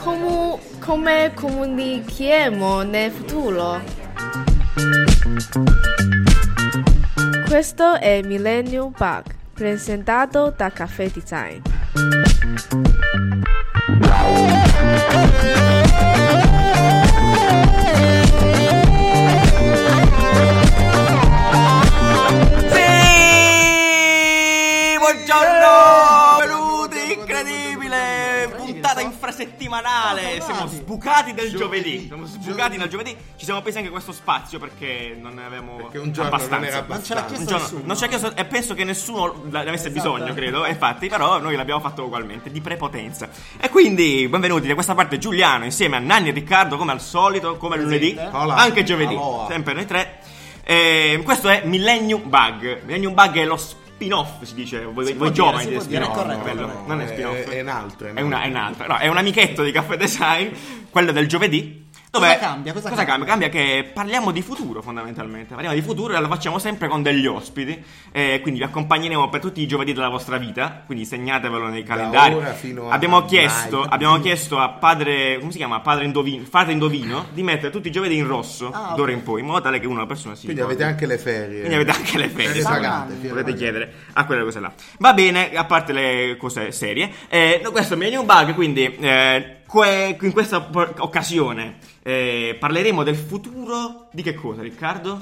come comunichiamo nel futuro. Questo è Millennium Bug, presentato da Caffè Design. Buongiorno, benvenuti, incredibile, puntata infrasettimanale, siamo sbucati del giovedì, ci siamo presi anche questo spazio perché non ne avevamo un giorno abbastanza. non era abbastanza. Non ce l'ha chiesto e penso che nessuno ne avesse bisogno, credo, infatti, però noi l'abbiamo fatto ugualmente, di prepotenza. E quindi, benvenuti da questa parte Giuliano insieme a Nanni e Riccardo, come al solito, come lunedì, anche giovedì, sempre noi tre. Questo è Millennium Bug. Millennium Bug è lo spin-off, si dice, voi giovani di spin-off, non è spin-off, è un altro, è un amichetto di Caffè Design, quello del giovedì. Cosa cambia? Cambia che parliamo di futuro, fondamentalmente. Parliamo di futuro e lo facciamo sempre con degli ospiti. Quindi vi accompagneremo per tutti i giovedì della vostra vita. Quindi segnatevelo nei calendari. Abbiamo chiesto a padre, come si chiama? Padre Indovino, di mettere tutti i giovedì in rosso d'ora in poi, in modo tale che una persona si Quindi avete anche le ferie. Potete chiedere a quelle cose là. Va bene, a parte le cose serie. Questo è il Millennium Bug, quindi in questa occasione parleremo del futuro di che cosa, Riccardo?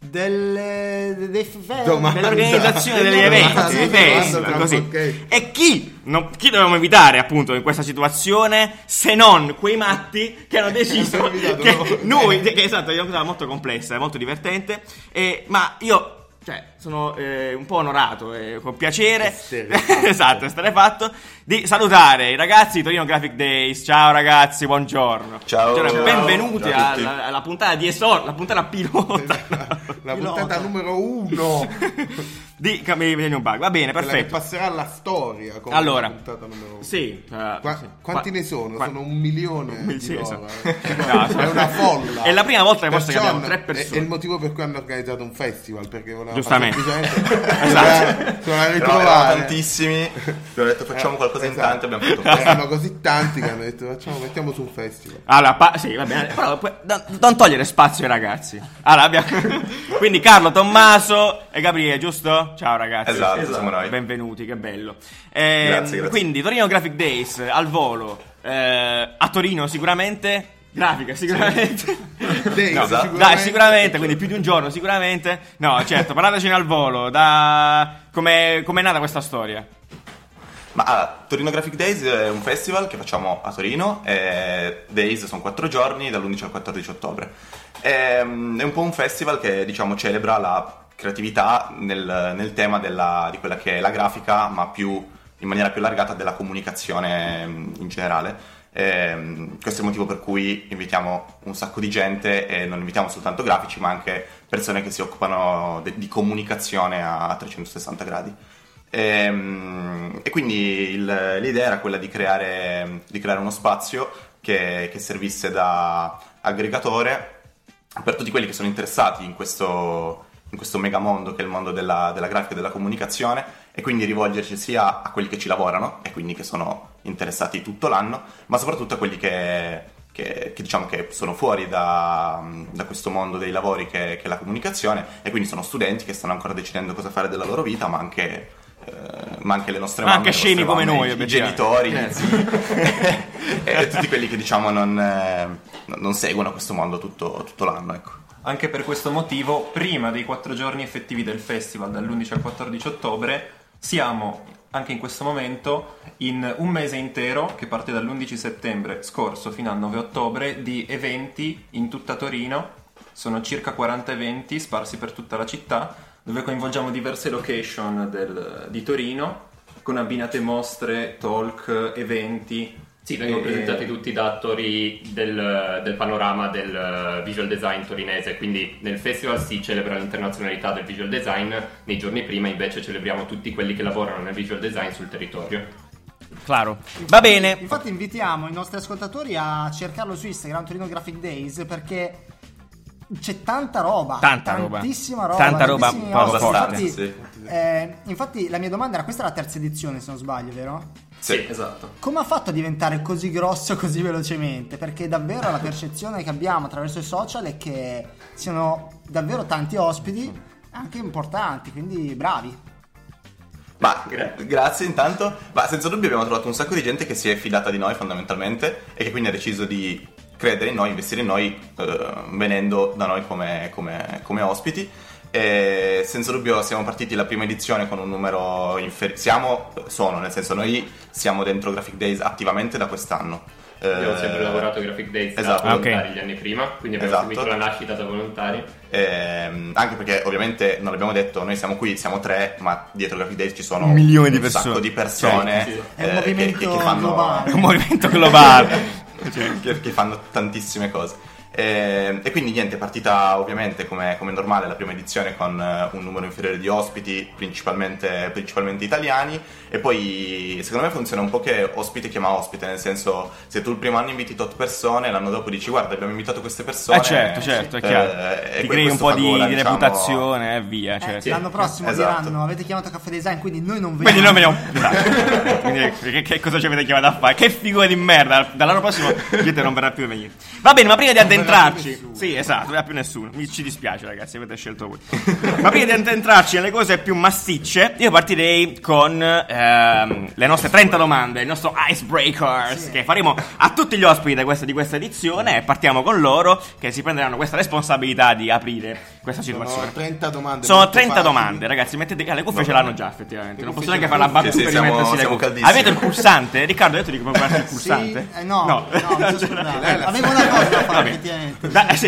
Dell'organizzazione degli eventi, dei festival, così. Okay. E chi dobbiamo invitare appunto in questa situazione se non quei matti che hanno deciso che noi, esatto, è una cosa molto complessa, è molto divertente, ma io sono un po' onorato e con piacere esatto, esterrefatto di salutare i ragazzi di Torino Graphic Days. Ciao ragazzi, buongiorno. Ciao. Benvenuti alla puntata di la puntata pilota, la puntata numero 1 di Millennium Bug. Va bene, perfetto. Quella che passerà alla storia come allora, la puntata numero 1. Sì. Quanti ne sono? Sono 1 milione di sì, loro. È una folla. È la prima volta che abbiamo 3 persone. È il motivo per cui hanno organizzato un festival, perché volevano giustamente ritrovare tantissimi. Abbiamo detto facciamo qualcosa in tanti, abbiamo fatto erano così tanti che hanno detto mettiamo su un festival. Allora, sì, va bene, però non togliere spazio ai ragazzi. Allora, quindi Carlo, Tommaso e Gabriele, giusto? Ciao ragazzi. Esatto, siamo noi. Benvenuti, che bello. Grazie. Quindi Torino Graphic Days al volo, a Torino sicuramente. Grafica sicuramente. Dai, sicuramente, quindi più di un giorno sicuramente. No, certo, parlatecene al volo. Com'è nata questa storia? Ma Torino Graphic Days è un festival che facciamo a Torino. Days sono 4 giorni, dall'11 al 14 ottobre. È un po' un festival che, diciamo, celebra la creatività nel tema di quella che è la grafica, ma in maniera più allargata della comunicazione in generale. Questo è il motivo per cui invitiamo un sacco di gente, e non invitiamo soltanto grafici ma anche persone che si occupano di comunicazione a 360 gradi. E quindi l'idea era quella di creare uno spazio che servisse da aggregatore per tutti quelli che sono interessati in questo mega mondo che è il mondo della grafica e della comunicazione, e quindi rivolgerci sia a quelli che ci lavorano e quindi che sono interessati tutto l'anno, ma soprattutto a quelli che diciamo che sono fuori da questo mondo dei lavori che è la comunicazione, e quindi sono studenti che stanno ancora decidendo cosa fare della loro vita, ma anche le nostre mamme, anche scemi come noi, i genitori, gli zii e tutti quelli che diciamo non seguono questo mondo tutto l'anno, ecco. Anche per questo motivo, prima dei 4 giorni effettivi del festival, dall'11 al 14 ottobre, siamo anche in questo momento in un mese intero, che parte dall'11 settembre scorso fino al 9 ottobre, di eventi in tutta Torino. Sono circa 40 eventi sparsi per tutta la città, dove coinvolgiamo diverse location di Torino, con abbinate mostre, talk, eventi. Sì, vengono presentati tutti da attori del panorama del visual design torinese, quindi nel festival si celebra l'internazionalità del visual design, nei giorni prima invece celebriamo tutti quelli che lavorano nel visual design sul territorio. Claro, va bene. Infatti invitiamo i nostri ascoltatori a cercarlo su Instagram, Torino Graphic Days, perché c'è tanta roba, tantissima roba, poco forte. Infatti la mia domanda era, questa è la terza edizione se non sbaglio, vero? Sì, esatto. Come ha fatto a diventare così grosso così velocemente? Perché davvero la percezione che abbiamo attraverso i social è che siano davvero tanti ospiti, anche importanti, quindi bravi. Ma grazie intanto. Ma senza dubbio abbiamo trovato un sacco di gente che si è fidata di noi fondamentalmente e che quindi ha deciso di credere in noi, investire in noi, venendo da noi come ospiti. E senza dubbio siamo partiti la prima edizione con un numero nel senso noi siamo dentro Graphic Days attivamente da quest'anno. Abbiamo sempre lavorato a Graphic Days da volontari gli anni prima, quindi abbiamo seguito la nascita da volontari. Anche perché ovviamente non l'abbiamo detto, noi siamo qui, siamo 3, ma dietro Graphic Days ci sono milioni di un sacco di persone. Sì. È un movimento che fanno globale. Un movimento globale. che fanno tantissime cose. E quindi niente, è partita ovviamente come normale la prima edizione con un numero inferiore di ospiti, principalmente italiani, e poi secondo me funziona un po' che ospite chiama ospite, nel senso, se tu il primo anno inviti tot persone, l'anno dopo dici guarda abbiamo invitato queste persone, certo, è chiaro, ti crei un po' di reputazione e via, certo. L'anno prossimo diranno avete chiamato Caffè Design, quindi noi non veniamo. Quindi noi veniamo. Quindi che cosa ci avete chiamato a fare? Che figura di merda, dall'anno prossimo gente non verrà più a venire. Va bene, ma prima di addentrarci, sì, esatto, non verrà più nessuno. Ci dispiace, ragazzi, avete scelto voi. Ma prima di addentrarci nelle cose più massicce, io partirei con le nostre 30 domande, il nostro icebreakers, che faremo a tutti gli ospiti di questa edizione, e partiamo con loro che si prenderanno questa responsabilità di aprire questa situazione. Sono 30 domande. Sono 30 domande, ragazzi, mettete le cuffie, ce l'hanno già effettivamente. Non posso neanche fare la battuta di mettersi le cuffie. Avete il pulsante? Riccardo, hai detto di come guardare il pulsante? No, avevo una cosa da fare, effettivamente.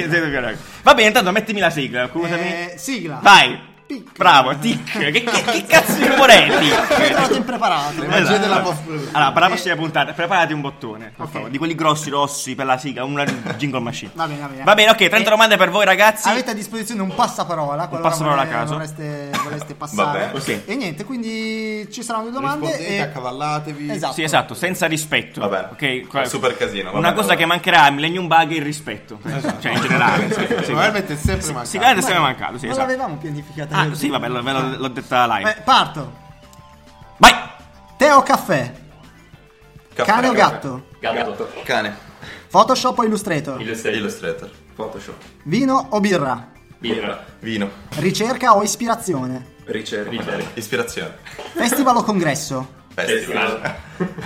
Va bene, intanto mettimi la sigla. Sigla. Vai. Tic. Bravo, tic. Che cazzo di rumore è tic? L'ho impreparato. Allora, per la prossima puntata preparati un bottone, per favore, di quelli grossi, rossi, per la sigla, una jingle machine. Va bene. Va bene, ok, 30 domande per voi, ragazzi. Avete a disposizione un passaparola, passaparola a caso. Vorreste passare. Okay. E niente, quindi ci saranno 2 domande. Rispondete, accavallatevi. Esatto. Sì, esatto, senza rispetto. Va bene. Ok, Super casino. Una cosa che mancherà a Millennium Bug è il rispetto. Cioè, in generale. Probabilmente è sempre mancato. Sicuramente è sempre mancato, sì, Non esatto. l'avevamo pianificata. Sì, vabbè, l'ho detta live. Parto. Vai! Tè o caffè? Cane o gatto? Gatto. Cane. Photoshop o Illustrator? Illustrator. Photoshop. Vino o birra? Birra. Vino. Ricerca o ispirazione? Ricerca. Ispirazione. Festival o congresso? Festival.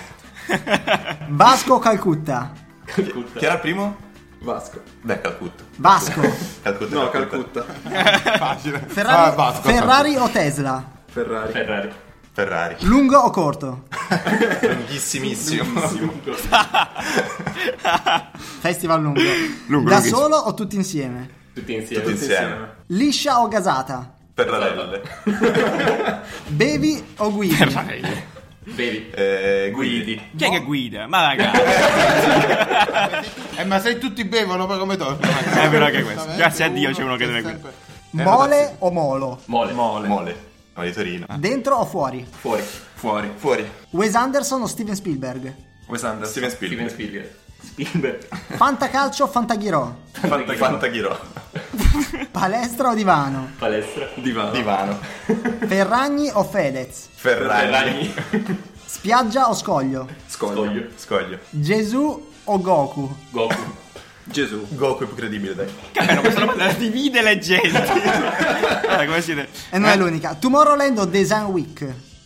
Vasco o Calcutta? Chi era il primo? Vasco. Beh, Calcutta. Vasco. Calcutta. No, Calcutta. Facile. Ferrari o Tesla? Ferrari. Lungo o corto? Lunghissimissimo. Festival lungo. Da solo o tutti insieme? Tutti insieme. Liscia o gasata? Ferrarelle. Bevi o guidi? Bevi. Guidi. Chi è che guida? Ma ragazzi. Ma se tutti bevono, poi come torna? È vero anche questo. Grazie a Dio c'è uno che deve guidare. Mole o molo? Mole. Di Torino. Dentro o fuori? Fuori. Wes Anderson o Steven Spielberg? Wes Anderson. Steven Spielberg. Fantacalcio o Fantaghirò? Fantaghirò. Palestra o divano? Palestra. Divano. Ferragni o Fedez? Ferragni. Spiaggia o scoglio? Scoglio. Gesù o Goku? Gesù. Goku è più credibile, dai. Capito, questa roba divide le genti. Allora, come siete? E non è l'unica. Tomorrowland o Design Week?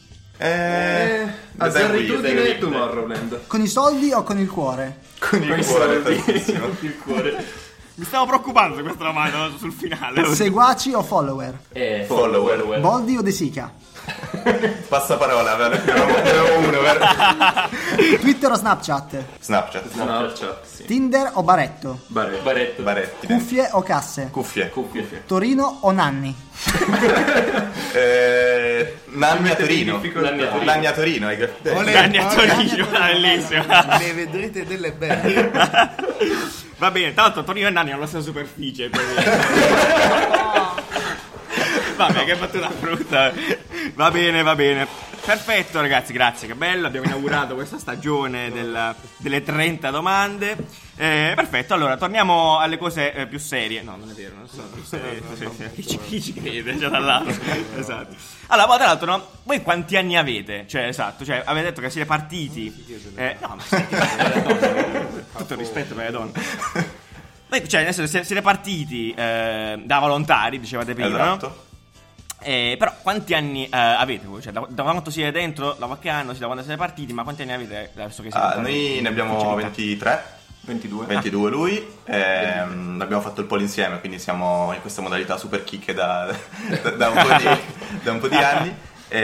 Azzarritudine Tomorrowland. Con i soldi o con il cuore? Con il cuore, tantissimo. Il cuore. Mi stavo preoccupando su questa domanda sul finale. Seguaci o follower? Follower. Boldi o De Sica? Passaparola, avevo uno, vero? Twitter o Snapchat? Snapchat. Sì. Tinder o Baretto? Baretti. Cuffie o casse? Cuffie. Torino o Nanni? Nanni a Torino. Nanni a Torino. Nanni a Torino, bellissimo. Ne vedrete delle belle. Va bene, tanto Torino e Nanni hanno la stessa superficie. Vabbè, che battuta brutta. Va bene. Perfetto ragazzi, grazie, che bello, abbiamo inaugurato questa stagione delle 30 domande. Perfetto, allora torniamo alle cose più serie. No, non è vero, non sono più serie. Chi ci crede? Già dall'altro. Esatto. Allora, poi tra l'altro, no, voi quanti anni avete? Cioè, esatto, cioè avete detto che siete partiti. No, ma tutto il rispetto per le donne. Cioè, nel senso, siete partiti da volontari, dicevate prima, Esatto. no? Però quanti anni avete voi? Cioè, da quanto siete dentro, da qualche anno, da quando siete partiti, ma quanti anni avete adesso che siete Noi ne abbiamo 23. 22 lui. Abbiamo fatto il polo insieme, quindi siamo in questa modalità super chicche da un po' di anni.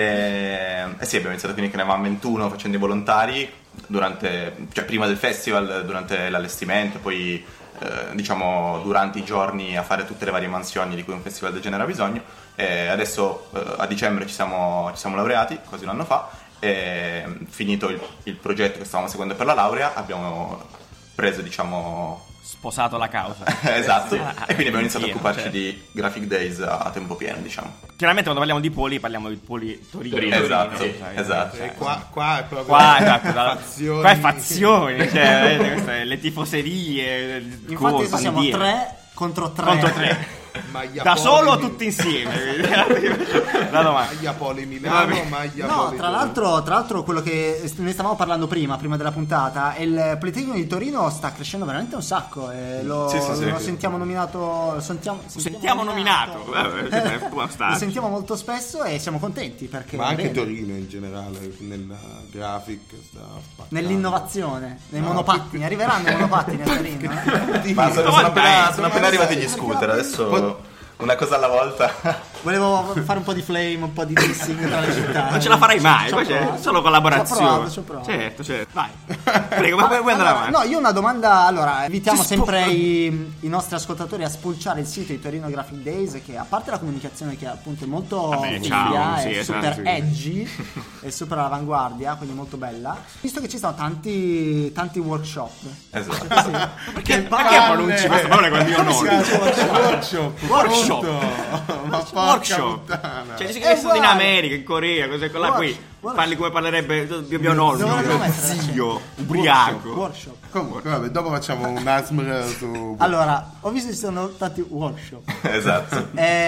Sì, abbiamo iniziato quindi che ne avevamo 21 facendo i volontari cioè prima del festival, durante l'allestimento, poi diciamo durante i giorni a fare tutte le varie mansioni di cui un festival del genere ha bisogno. Adesso a dicembre ci siamo laureati, quasi un anno fa, e finito il progetto che stavamo seguendo per la laurea abbiamo preso, diciamo, sposato la causa. esatto, e quindi abbiamo iniziato a occuparci cioè. di Graphic Days a tempo pieno, diciamo. Chiaramente quando parliamo di poli parliamo di poli Torino. Esatto, Sì, esatto. E qua è proprio Qua, fazioni. qua è fazioni, cioè, vedete, queste, le tifoserie, Infatti adesso siamo bandiere. 3 contro 3. Contro 3. Maglia Da Poli solo o Milano. tutti insieme? La domanda. Maglia Poli Milano, maglia No, Poli tra l'altro quello che ne stavamo parlando prima della puntata, il Politecnico di Torino sta crescendo veramente un sacco. Lo sentiamo nominato. Lo Sentiamo nominato. Può stare. Lo sentiamo molto spesso e siamo contenti perché. Ma anche bene. Torino in generale, nella graphic sta spaccando. Nell'innovazione, nei No, monopattini. Arriveranno i monopattini a Torino. Ma sono appena dai, arrivati gli scooter, adesso una cosa alla volta. Volevo fare un po' di flame, un po' di dissing tra le città. Non ce la farai mai, Ci ho poi c'è provato. solo collaborazione. Ci ho provato. Certo. Vai. Prego, puoi andare Allora, avanti. no, io ho una domanda. Allora, invitiamo Si sempre i nostri ascoltatori a spulciare il sito di Torino Graphic Days, che a parte la comunicazione che appunto è molto Vabbè, figa, ciao, è sì, super esatto. edgy, è super all'avanguardia, quindi molto bella. Visto che ci sono tanti workshop. Esatto. Perché pronunci questa parola con il mio nome? Workshop. Ma porca Workshop. puttana. Cioè, dici che sei stato in uguale. America, in Corea, cos'è quella qui? Workshop. Parli come parlerebbe mio nonno, Dove devo mettere zio, l'accento? ubriaco. Workshop. Comunque, vabbè, dopo facciamo un ASMR su. Allora, ho visto che ci sono tanti workshop. Esatto.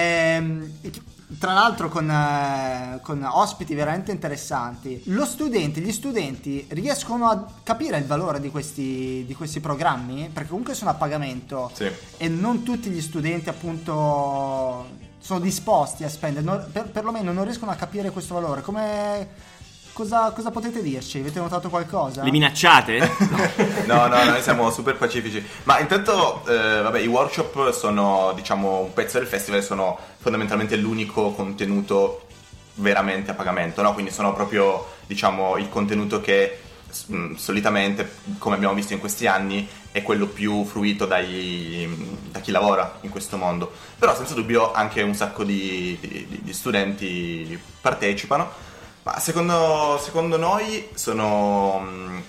Tra l'altro con ospiti veramente interessanti. Gli studenti riescono a capire il valore di questi programmi? Perché comunque sono a pagamento. Sì. E non tutti gli studenti appunto sono disposti a spendere, perlomeno non riescono a capire questo valore. Cosa potete dirci? Avete notato qualcosa? Le minacciate? No, noi siamo super pacifici. Ma intanto, vabbè, i workshop sono, diciamo, un pezzo del festival, sono fondamentalmente l'unico contenuto veramente a pagamento, no? Quindi sono proprio, diciamo, il contenuto che solitamente, come abbiamo visto in questi anni, è quello più fruito da chi lavora in questo mondo. Però senza dubbio anche un sacco di studenti partecipano. Ma secondo noi sono,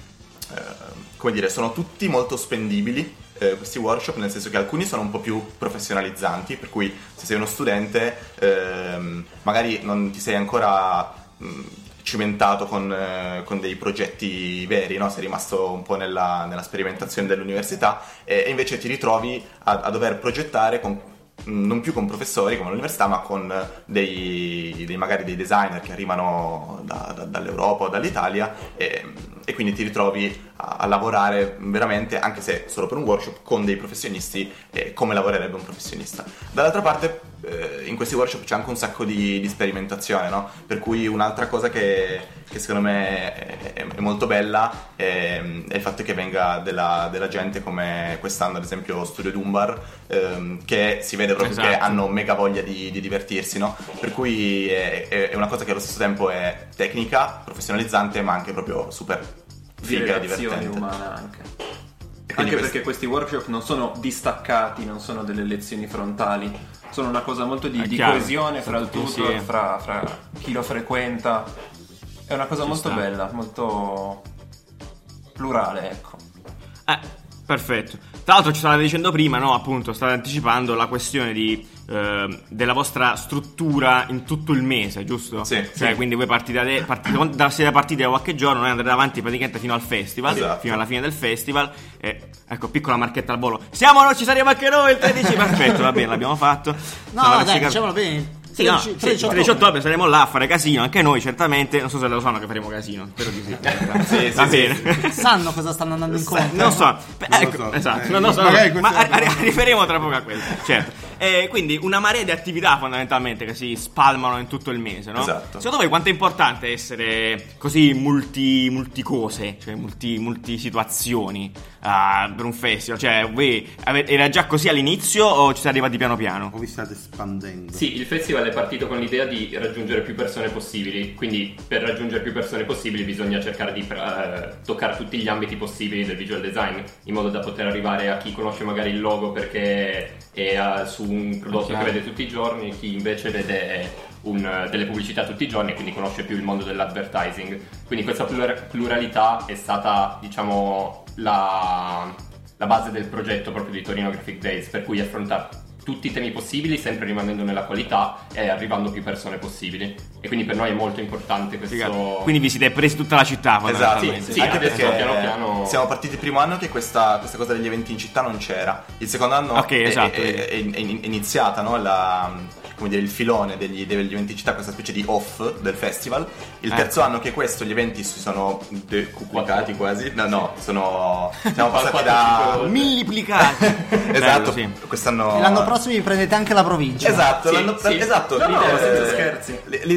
come dire, sono tutti molto spendibili questi workshop, nel senso che alcuni sono un po' più professionalizzanti, per cui se sei uno studente magari non ti sei ancora cimentato con dei progetti veri, no? Sei rimasto un po' nella sperimentazione dell'università e invece ti ritrovi a dover progettare non più con professori come all'università, ma con magari dei designer che arrivano dall'Europa o dall'Italia e quindi ti ritrovi a lavorare veramente, anche se solo per un workshop, con dei professionisti come lavorerebbe un professionista. Dall'altra parte in questi workshop c'è anche un sacco di sperimentazione, no? Per cui un'altra cosa che secondo me è molto bella è il fatto che venga della gente come quest'anno, ad esempio Studio Dumbar, che si vede proprio che hanno mega voglia di divertirsi, no? Per cui è una cosa che allo stesso tempo è tecnica, professionalizzante, ma anche proprio super di figa e relazione divertente. umana anche. E Anche quindi perché questi workshop non sono distaccati, non sono delle lezioni frontali, sono una cosa molto di chiaro, coesione fra il tutti tutor, insieme. fra chi lo frequenta. È una cosa molto sta. bella, molto plurale, ecco. Perfetto. Tra l'altro ci stavate dicendo prima, no? Appunto, state anticipando la questione della vostra struttura in tutto il mese, giusto? Sì. Cioè, quindi voi siete partiti da qualche giorno, noi andrete avanti praticamente fino al festival, Esatto. fino alla fine del festival. Ecco, piccola marchetta al volo. No, ci saremo anche noi il 13. Perfetto, va bene, l'abbiamo fatto. No, dai, diciamolo bene. 13 ottobre saremo là a fare casino, anche noi certamente. Non so se lo sanno che faremo casino, spero di sì. Sì, Va sì, bene. Sanno cosa stanno andando incontro? Non so, ecco, so. esatto, Non non so. so, Magari ma questa- arriveremo tra poco a quello, certo. Quindi una marea di attività fondamentalmente che si spalmano in tutto il mese, no? Esatto. Secondo voi quanto è importante essere così multi cose, cioè multi situazioni per un festival? Cioè, voi era già così all'inizio o ci siete arrivati piano piano? O vi state espandendo? Sì, il festival è partito con l'idea di raggiungere più persone possibili, quindi per raggiungere più persone possibili bisogna cercare di toccare tutti gli ambiti possibili del visual design, in modo da poter arrivare a chi conosce magari il logo perché è su un prodotto che vede tutti i giorni, chi invece vede delle pubblicità tutti i giorni e quindi conosce più il mondo dell'advertising. Quindi questa pluralità è stata, diciamo, la base del progetto proprio di Torino Graphic Days, per cui affrontare tutti i temi possibili sempre rimanendo nella qualità e arrivando a più persone possibili, e quindi per noi è molto importante questo. Quindi vi siete presi tutta la città Esatto, fondamentalmente. Sì, anche adesso perché piano piano- siamo partiti il primo anno che questa cosa degli eventi in città non c'era. Il secondo anno Ok, esatto. è iniziata, no, come dire, il filone degli eventi in città, questa specie di off del festival. Il terzo anno che questo, gli eventi si sono decuplicati quasi. No, siamo passati da Milliplicati. esatto, Bello, sì. quest'anno E l'anno prossimo vi prendete anche la provincia. Esatto, Sì. esatto. No, l'idea- senza scherzi.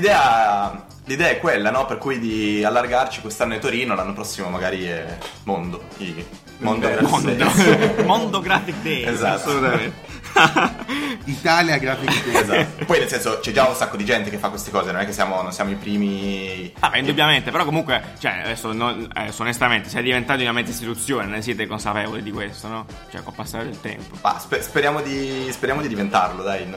L'idea è quella, no? Per cui di allargarci. Quest'anno è Torino, l'anno prossimo magari è Mondo. Mondo Mondo Graphic Day. Esatto. Assolutamente. Italia Graphic Day. Esatto. Poi nel senso c'è già un sacco di gente che fa queste cose, non è che non siamo i primi. Indubbiamente, però comunque, cioè, adesso onestamente, siete diventati una mezza istituzione, ne siete consapevoli di questo, no? Cioè, col passare del tempo. Ma speriamo di diventarlo, dai.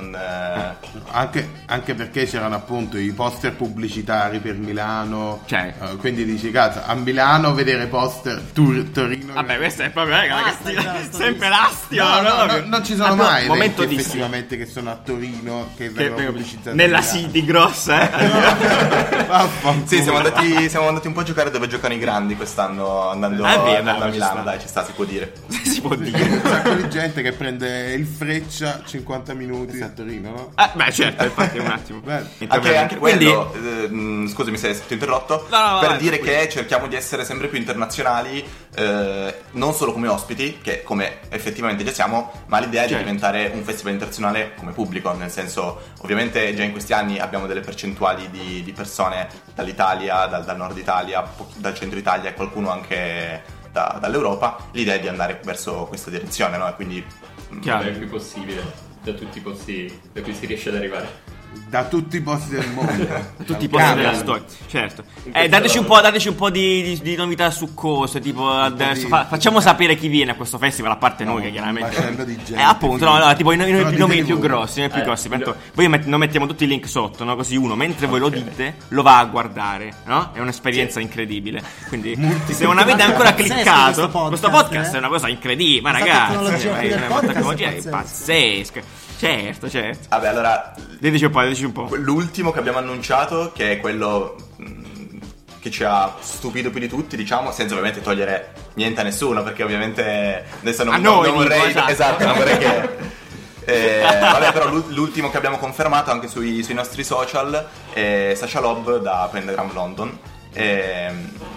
Anche perché c'erano appunto i poster pubblicitari per Milano. Cioè. Quindi dici, cazzo, a Milano vedere poster Torino. Vabbè, questo è proprio Basta, già, sto sempre l'astio. No, non ci sono mai momento eventi di sì. effettivamente che sono a Torino che vengono pubblicizzati nella a Milano. city grossa, Vaffanculo. Sì, siamo andati un po' a giocare dove giocano i grandi quest'anno, andando È vero, a ci Milano, sta. dai, ci sta, si può dire. si può dire. Un sacco di gente che prende il Freccia 50 minuti a Torino, no? Beh, certo, infatti un attimo. Bello. Anche Quindi- quello, scusami se ti ho interrotto, No, per vai, dire tranquillo. che cerchiamo di essere sempre più internazionali, non solo come ospiti, che come effettivamente già siamo, ma l'idea è di Certo. diventare un festival internazionale come pubblico, nel senso, ovviamente già in questi anni abbiamo delle percentuali di persone dall'Italia, dal nord Italia, dal centro Italia e qualcuno anche dall'Europa. L'idea è di andare verso questa direzione, no? E quindi Chiaro. il più possibile, da tutti i posti da cui si riesce ad arrivare. Da tutti i posti del mondo. Tutti i posti della storia, certo. Dateci un po' di novità su cose, tipo adesso facciamo sapere chi viene a questo festival, a parte noi che chiaramente. macello di gente. Appunto, no, tipo i Sono nomi dite più voi. grossi, Poi non mettiamo tutti i link sotto, no? Così uno, mentre voi lo dite, lo va a guardare, no? È un'esperienza incredibile. Quindi, se non avete ancora Pazzesco cliccato, questo questo podcast, podcast è una cosa incredibile, ma Questa ragazzi, tecnologia qui del una podcast è tecnologia è pazzesca. pazzesca. Certo. vabbè, allora Diteci un po'. l'ultimo che abbiamo annunciato, che è quello che ci ha stupito più di tutti, diciamo, senza ovviamente togliere niente a nessuno, perché ovviamente adesso non vorrei, esatto, non vorrei che vabbè, però l'ultimo che abbiamo confermato anche sui nostri social è Sasha Loeb da Pentagram London, che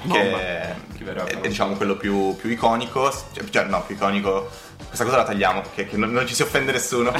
è diciamo quello più iconico, cioè no, più iconico. Questa cosa la tagliamo, che non ci si offende nessuno.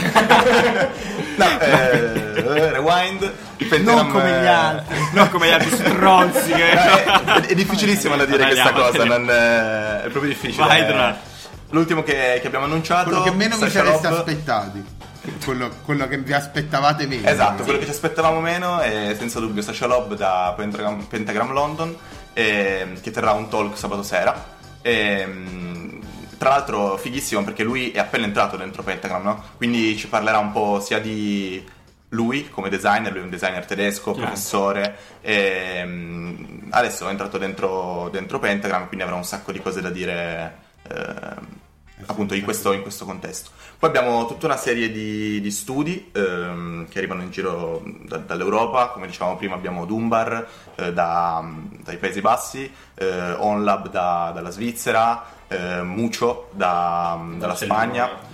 Rewind. Non come gli altri. Non come gli altri stronzi che... È difficilissimo da dire questa cosa, Tagliamo. è proprio difficile. Vai, Dra. L'ultimo che abbiamo annunciato, Quello che meno vi Sasha sareste Loeb. aspettati. Quello che vi aspettavate meno. Esatto, quello che ci aspettavamo meno è senza dubbio Sasha Loeb da Pentagram London, che terrà un talk sabato sera. Tra l'altro fighissimo perché lui è appena entrato dentro Pentagram, no? Quindi ci parlerà un po' sia di lui come designer, lui è un designer tedesco, professore, adesso è entrato dentro Pentagram, quindi avrà un sacco di cose da dire appunto in questo contesto. Poi abbiamo tutta una serie di studi che arrivano in giro dall'Europa, come dicevamo prima abbiamo Dumbar dai Paesi Bassi, OnLab dalla Svizzera, Mucho dalla Spagna.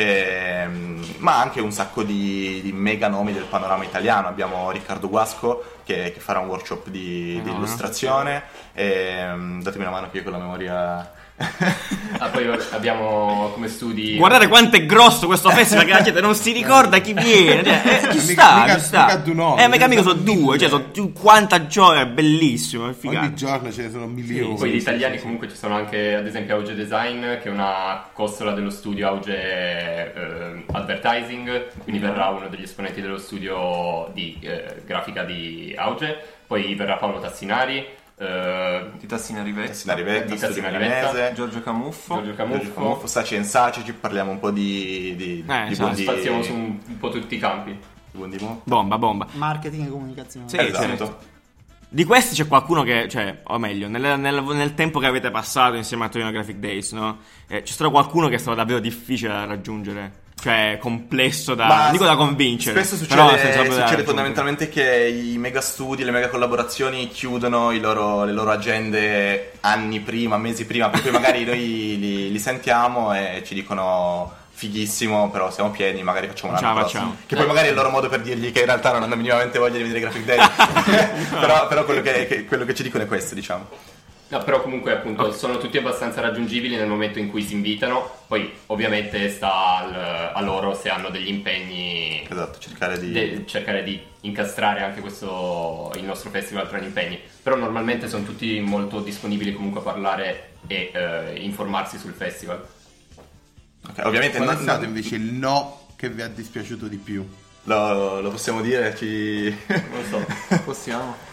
Ma anche un sacco di mega nomi del panorama italiano. Abbiamo Riccardo Guasco che farà un workshop di illustrazione. Datemi una mano che io con la memoria. Poi abbiamo come studi. Guardate quanto è grosso questo festival che la gente non si ricorda chi viene. Ci sta. Mica sono 2, cioè sono 50 giorni, è bellissimo, è figato. Ogni giorno ce ne sono milioni. Poi di italiani comunque ci sono anche ad esempio Auge Design, che è una costola dello studio Auge Advertising, quindi verrà uno degli esponenti dello studio di grafica di Auge. Poi verrà Paolo Tassinari, di Tassinari Vetta, di Tassinari Vetta, Giorgio Camuffo, Saci and Saci, ci parliamo un po' di spaziamo su un po' tutti i campi. Bomba. Marketing e comunicazione. Sì, esatto. certo. Di questi c'è qualcuno che, cioè, o meglio, nel tempo che avete passato insieme a Torino Graphic Days, no? C'è stato qualcuno che è stato davvero difficile da raggiungere? Cioè, complesso non dico da convincere. Spesso succede succede fondamentalmente che i mega studi, le mega collaborazioni chiudono le loro agende anni prima, mesi prima, per cui magari noi li sentiamo e ci dicono fighissimo, però siamo pieni, magari facciamo un anno prossimo. Che poi magari è il loro modo per dirgli che in realtà non hanno minimamente voglia di vedere Graphic Day. però quello che ci dicono è questo, diciamo. No, però comunque appunto sono tutti abbastanza raggiungibili nel momento in cui si invitano, poi ovviamente sta a loro se hanno degli impegni. Esatto, cercare di incastrare anche il nostro festival tra gli impegni, però normalmente sono tutti molto disponibili comunque a parlare e informarsi sul festival. Okay, ovviamente qual è stato invece il no che vi ha dispiaciuto di più? Lo possiamo dire? Non so. Possiamo.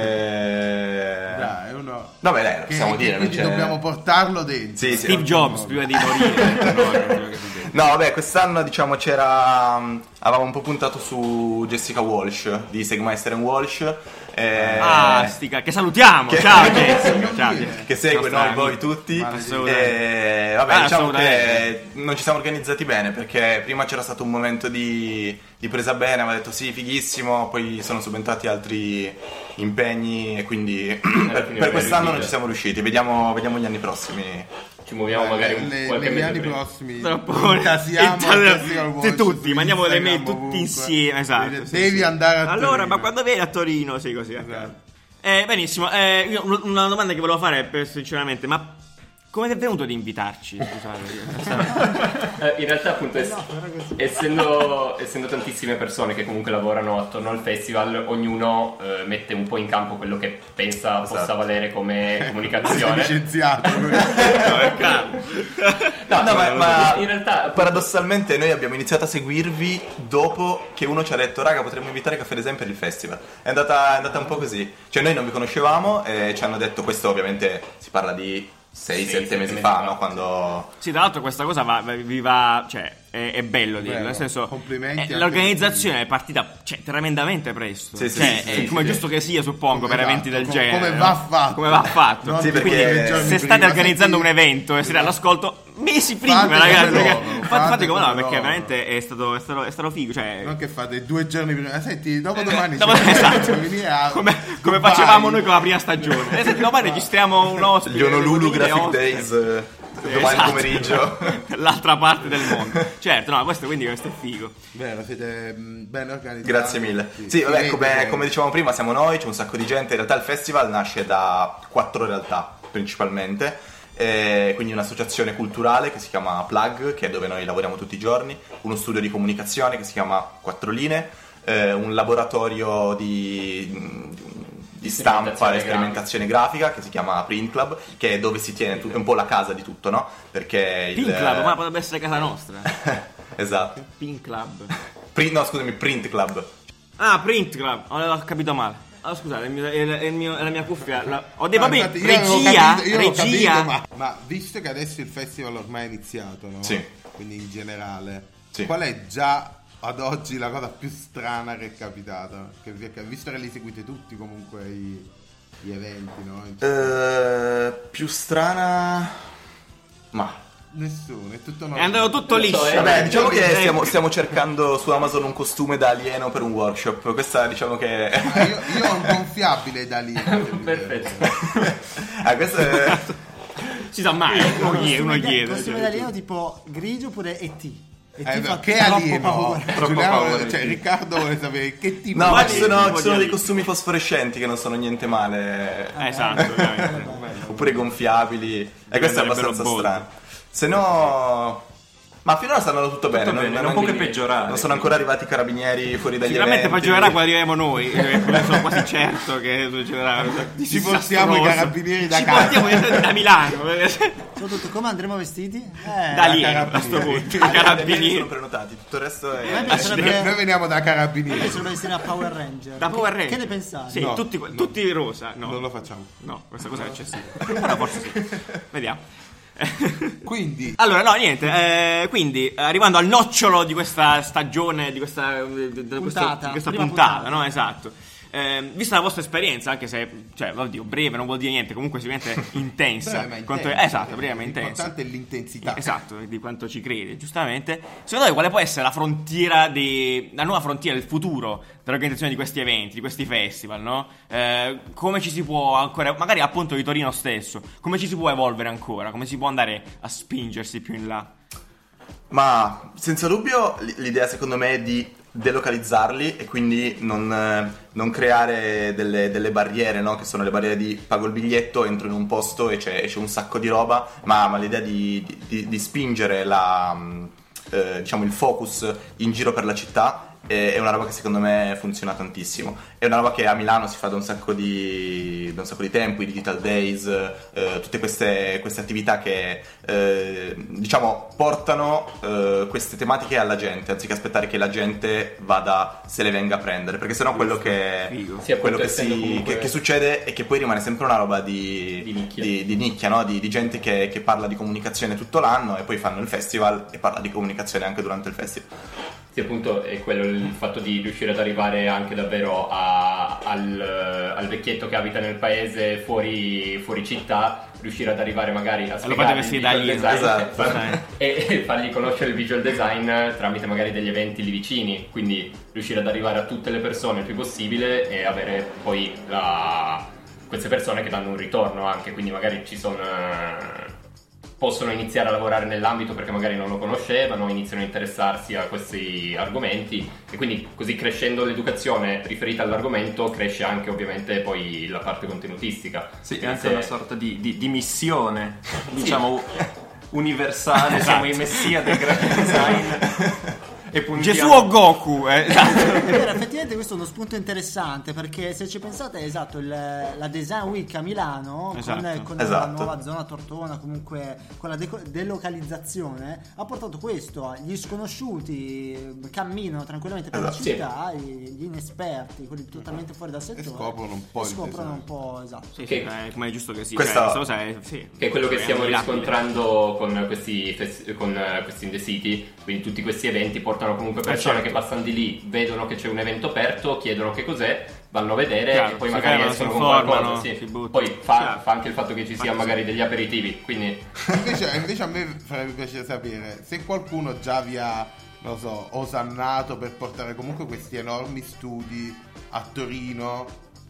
Dai, uno. No, beh, dai, lo possiamo dire. Quindi dobbiamo portarlo dentro. Sì, Steve Jobs prima di morire. No, vabbè, quest'anno diciamo avevamo un po' puntato su Jessica Walsh di Segmeister & Walsh. Che salutiamo. Ciao Jessica. Che segue noi, voi tutti. Vabbè, diciamo che non ci siamo organizzati bene, perché prima c'era stato un momento di presa bene, aveva detto sì, fighissimo, poi sono subentrati altri impegni e quindi per quest'anno non ci siamo riusciti. Vediamo gli anni prossimi. Ci muoviamo magari qualche negli mese anni prima. prossimi tutti, mandiamo le mail tutti insieme, esatto. Devi andare a Torino. Torino. Ma quando vieni a Torino, sì, così. Esatto. Benissimo, io una domanda che volevo fare sinceramente, ma come ti è venuto di invitarci? Scusate. In realtà appunto essendo tantissime persone che comunque lavorano attorno al festival, ognuno mette un po' in campo quello che pensa possa valere come comunicazione. Licenziato. ma in realtà paradossalmente noi abbiamo iniziato a seguirvi dopo che uno ci ha detto raga, potremmo invitare Caffè Design per il festival. È andata un po' così. Cioè noi non vi conoscevamo e ci hanno detto, questo ovviamente si parla di 6-7 mesi fa, no? Quando. Sì, tra l'altro questa cosa vi va, cioè è bello dirlo, nel senso, complimenti. L'organizzazione è partita tremendamente presto. Sì, come è giusto che sia, suppongo, per eventi del genere. Come va fatto. Sì, quindi se state organizzando un evento e siete all'ascolto mesi prima, ragazzi, fate come no, perché veramente è stato figo, cioè. Non che fate 2 giorni prima. Senti, dopodomani esatto. Come facevamo noi con la prima stagione. Senti, domani registriamo un ospite. Gli Honolulu Graphic Days domani pomeriggio. L'altra parte del mondo. Certo, no, questo è figo. Bene, siete ben organizzati. Grazie mille. Sì, vabbè, come dicevamo prima, siamo noi, c'è un sacco di gente. In realtà il festival nasce da 4 realtà principalmente. Quindi un'associazione culturale che si chiama Plug, che è dove noi lavoriamo tutti i giorni, uno studio di comunicazione che si chiama Quattro Linee, un laboratorio di stampa e sperimentazione grafica che si chiama Print Club, che è dove si tiene è un po' la casa di tutto, no? Perché Print Club, ma potrebbe essere casa nostra. Esatto. Print Club. Print Club. Ah, Print Club, ho capito male. Scusate, è la mia cuffia. Ho dei problemi. Regia. Ma visto che adesso il festival ormai è iniziato, no? Sì. Quindi in generale, sì. Qual è già ad oggi la cosa più strana che è capitata? Visto che li seguite tutti comunque gli eventi, no? Più strana. Ma Nessuno, è tutto È andato tutto liscio. Vabbè, diciamo che stiamo cercando su Amazon un costume da alieno per un workshop. Questa diciamo che io ho un gonfiabile da lì. Perfetto. questo è... Si sa mai, uno chiede. Costume d'alieno tipo grigio oppure ET. Che alieno? paura. paura. Cioè, Riccardo vuole sapere che tipo No, ma di ci sono alieno? dei costumi fosforescenti che non sono niente male. Esatto, ovviamente. Oppure gonfiabili. E questo è Andrebbero abbastanza bold. strano. Se no... Ma finora sta andando tutto bene. bene, non può che peggiorare. Non sono ancora arrivati i carabinieri fuori dagli Sicuramente eventi. peggiorerà quando arriviamo noi. Sono quasi certo che succederà. Ci portiamo i carabinieri da Ci casa. portiamo da Milano. Soprattutto come andremo vestiti? Da lì a questo punto. I I carabinieri carabinieri. sono prenotati. Tutto il resto A me è... piacerebbe Noi veniamo da carabinieri. sono vestiti da Power Ranger. Da Power Ranger. Che ne pensate? Sì, No, tutti rosa. No, Non lo facciamo. no, questa cosa è eccessiva. Però forse sì. Vediamo. Quindi Allora, no, niente. Quindi, arrivando al nocciolo di questa stagione, di questa Prima puntata, no? Esatto. Vista la vostra esperienza, anche se, cioè, oddio, breve non vuol dire niente, comunque sicuramente intensa. breve ma quanto intensa. esatto, breve ma intensa. L'importante è l'intensità. Esatto, di quanto ci crede, giustamente. Secondo voi quale può essere la frontiera la nuova frontiera del futuro dell'organizzazione di questi eventi, di questi festival, no? Come ci si può ancora, magari appunto di Torino stesso, come ci si può evolvere ancora? Come si può andare a spingersi più in là? Ma senza dubbio l'idea secondo me è di delocalizzarli e quindi non creare delle barriere, no? Che sono le barriere di pago il biglietto, entro in un posto e c'è un sacco di roba, ma l'idea di spingere diciamo il focus in giro per la città è una roba che secondo me funziona tantissimo. È una roba che a Milano si fa da un sacco di tempo, i Digital Days, tutte queste attività che diciamo portano queste tematiche alla gente, anziché aspettare che la gente se le venga a prendere, perché sennò quello che Sì, appunto, quello essendo comunque- che succede è che poi rimane sempre una roba di nicchia. di nicchia, no? Di gente che parla di comunicazione tutto l'anno e poi fanno il festival e parla di comunicazione anche durante il festival. Sì, appunto è quello il fatto di riuscire ad arrivare anche davvero al vecchietto che abita nel paese fuori città, riuscire ad arrivare magari a Lo spiegare fate il vestire da visual alieno. design Esatto. e fargli conoscere il visual design tramite magari degli eventi lì vicini, quindi riuscire ad arrivare a tutte le persone il più possibile e avere poi queste persone che danno un ritorno anche, quindi magari possono iniziare a lavorare nell'ambito perché magari non lo conoscevano, iniziano a interessarsi a questi argomenti e quindi così crescendo l'educazione riferita all'argomento cresce anche ovviamente poi la parte contenutistica. Sì, Quindi è anche se- una sorta di missione, diciamo, universale, siamo i messia del graphic design e puntiamo... Gesù o Goku? Esatto. È vero, effettivamente questo è uno spunto interessante perché se ci pensate, esatto, la Design Week a Milano Esatto. con Esatto. la nuova zona Tortona, comunque con la delocalizzazione ha portato questo, gli sconosciuti camminano tranquillamente per la Esatto. città, gli inesperti, quelli totalmente fuori dal settore, scoprono un po' il scoprono design. un po', esatto. Sì, Che- come è giusto che sia. Questa- Questa cosa è, sì, che è quello che stiamo ammirabile. riscontrando con questi In the City, quindi tutti questi eventi portano comunque persone certo. che passano di lì, vedono che c'è un evento aperto, chiedono che cos'è, vanno a vedere Chiaro, e poi si magari fermano, escono si con informano, qualcosa, sì. si buttano. Poi fa Chiaro. anche il fatto che ci sia magari degli aperitivi, quindi Invece a me farebbe piacere sapere se qualcuno già vi ha, non lo so, osannato per portare comunque questi enormi studi a Torino,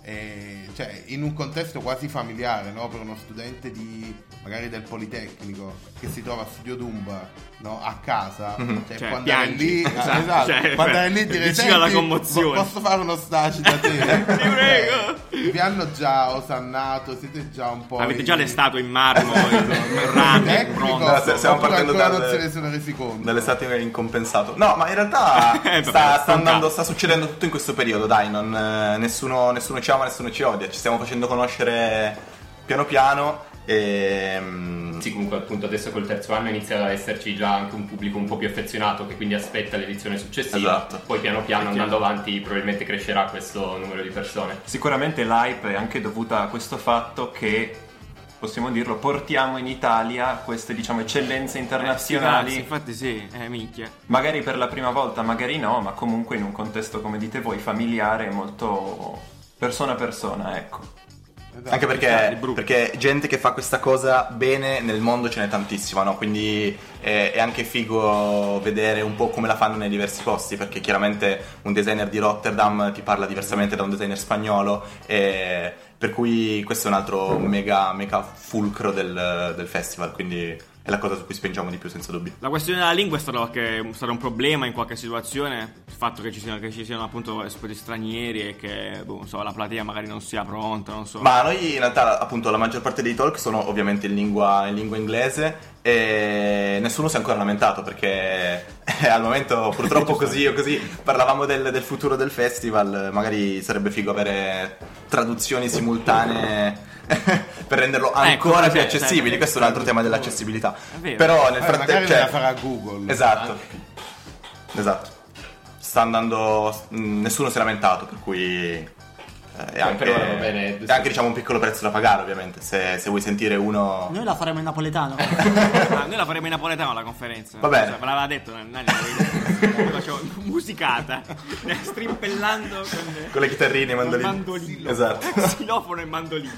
cioè in un contesto quasi familiare, no? Per uno studente magari del Politecnico che si trova a Studio Dumba, no? A casa, Cioè, quando è piangi. lì, Esatto. esatto, Cioè, quando è lì dire vicino alla "Senti, commozione." posso fare uno stage da te? Ti prego. Vi hanno già osannato, siete già un po'. Avete già le statue in marmo, in rame, in Tecnico, bronzo. Stiamo oppure partendo ancora non se ne sono resi conto. dalle statue incompensato. No, ma in realtà vabbè, sta succedendo tutto in questo periodo, dai, nessuno ci ama, nessuno ci odia, ci stiamo facendo conoscere piano piano e sì, comunque appunto adesso col terzo anno inizia ad esserci già anche un pubblico un po' più affezionato che quindi aspetta l'edizione successiva. Esatto. Poi piano piano andando avanti probabilmente crescerà questo numero di persone. Sicuramente l'hype è anche dovuta a questo fatto che, possiamo dirlo, portiamo in Italia queste, diciamo, eccellenze internazionali, Infatti sì, minchia. magari per la prima volta, magari no, ma comunque in un contesto, come dite voi, familiare, molto persona a persona, ecco. Esatto. Anche perché gente che fa questa cosa bene nel mondo ce n'è tantissima, no? Quindi è anche figo vedere un po' come la fanno nei diversi posti, perché chiaramente un designer di Rotterdam ti parla diversamente da un designer spagnolo, per cui questo è un altro mega fulcro del festival, quindi è la cosa su cui spingiamo di più, senza dubbio. La questione della lingua è stato un problema in qualche situazione, il fatto che ci siano appunto esponenti stranieri e che la platea magari non sia pronta, non so. Ma noi in realtà appunto la maggior parte dei talk sono ovviamente in lingua inglese e nessuno si è ancora lamentato, perché al momento purtroppo così o così parlavamo del futuro del festival, magari sarebbe figo avere traduzioni simultanee per renderlo ancora più accessibile. Questo è un altro tema dell'accessibilità. Però nel frattempo magari la farà Google. Esatto. Sta andando, nessuno si è lamentato, per cui è anche diciamo un piccolo prezzo da pagare, ovviamente, se vuoi sentire uno. Noi la faremo in napoletano. Noi la faremo in napoletano la conferenza. Va bene. Me l'aveva detto facevo musicata, strimpellando con le chitarrine e i mandolini. Esatto. Xilofono e mandolini.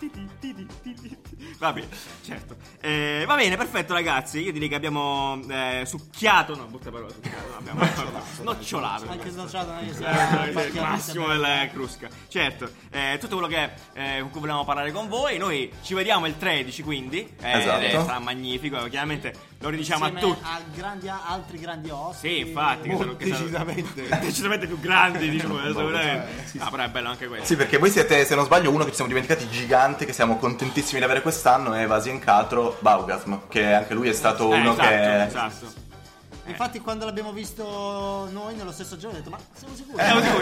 Va bene, certo. Va bene, perfetto ragazzi. Io direi che abbiamo succhiato, no, brutta parola, abbiamo snocciolato. Anche snocciolato, non è il massimo della crusca. Certo, tutto quello che con cui volevamo parlare con voi. Noi ci vediamo il 13, quindi esatto. Sarà magnifico, chiaramente lo ridiciamo insieme a tutti. Altri grandi ospiti. Sì, infatti, decisamente più grandi, diciamo, sì. Però è bello anche questo. Sì, perché voi siete, se non sbaglio, uno che ci siamo dimenticati gigante, che siamo contentissimi di avere quest'anno, è Vasiencatro Baugasm, che anche lui è stato uno esatto. Infatti quando l'abbiamo visto noi nello stesso giorno ho detto: ma siamo sicuri?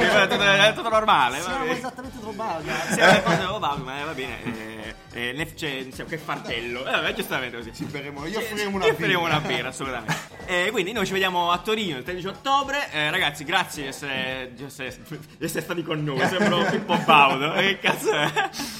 È tutto normale. Siamo esattamente Baugasm. Siamo Baugasm, va bene. Che fartello. Giustamente così. Gli offriremo una birra, assolutamente. Quindi noi ci vediamo a Torino il 13 ottobre. Ragazzi, grazie di essere stati con noi. Sembro Pippo Baudo. Che cazzo è?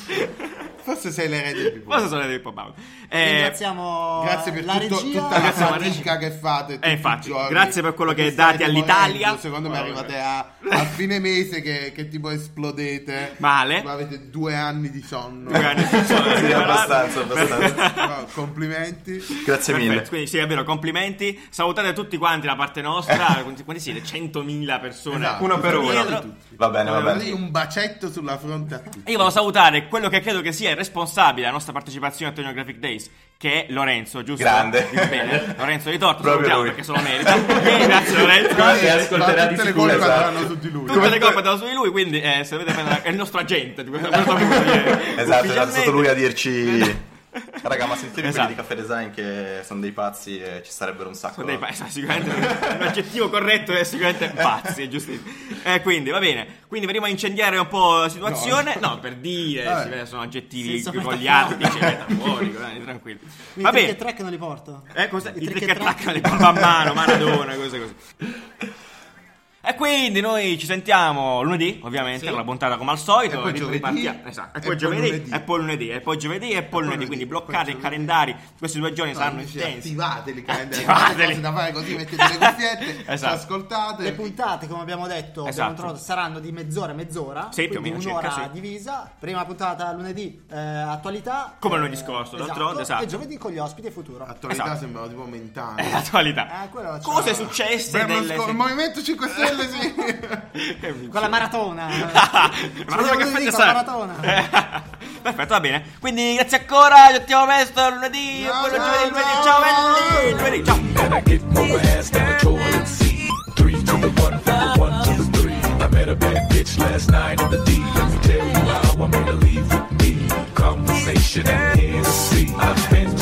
Forse sei l'erede di Pippo. Forse sono l'erede di Pippo Baudo. Ringraziamo grazie per la regia. Tutta la fatica che fate. Infatti, grazie per quello che date all'Italia. Secondo me arrivate a fine mese che tipo esplodete. Male. Ma avete 2 anni di sonno. Sì, abbastanza. No, complimenti. Grazie mille. Quindi sì, è vero, complimenti. Salutate tutti quanti da parte nostra. Quanti siete? 100.000 persone. Esatto. Uno per uno. Va bene. Un bacetto sulla fronte a tutti. Io voglio salutare quello che credo che sia il responsabile della nostra partecipazione a Torino Graphic Days, che è Lorenzo, giusto? Grande. Bene. Lorenzo di Torto, proprio salutiamo lui, perché se lo merita. Grazie Lorenzo. Ascolterà di tutte le sicuro. colpe andranno su di lui. Tutte le colpe andranno su di lui, quindi se dovete prendere, è il nostro agente di questo punto. Esatto, è stato lui a dirci: raga, ma sentite Esatto. quelli di Caffè Design che sono dei pazzi e ci sarebbero un sacco. Sicuramente un aggettivo corretto è sicuramente pazzi, è giustissimo. Quindi va bene. Quindi verremo a incendiare un po' la situazione. No, per dire, sono aggettivi goliardi, fuori, tranquillo. Va bene. I track non li porto. I trick track le pompa a mano, Maradona, cose così. E quindi noi ci sentiamo lunedì, ovviamente, con la puntata come al solito. E poi giovedì. Esatto. E poi giovedì, e poi lunedì, e poi giovedì, e poi lunedì. Quindi bloccate i calendari. Questi 2 giorni saranno intensi. Attivateli i calendari. Attivateli. Cose da fare così, mettete le cuffiette, Esatto. ascoltate. Le puntate, come abbiamo detto, Esatto. saranno di mezz'ora. Sì, più o quindi meno un'ora circa, sì. divisa. Prima puntata lunedì, attualità. Come lunedì scorso, d'altronde, esatto. E giovedì con gli ospiti e futuro. Attualità Esatto. sembrava tipo mentale. L'attualità. Cose successe Il Movimento 5 Stelle, sì. Con la maratona. Maratona. Perfetto, va bene. Quindi grazie ancora, ci vediamo presto lunedì. Ciao lunedì. Ciao. And I get more ass than a toilet seat. 3 to the 1, from the 1 to the 3. I met a bad bitch last night in the D. Let me tell you how I made her leave with me. Conversation and Hennessy. I've been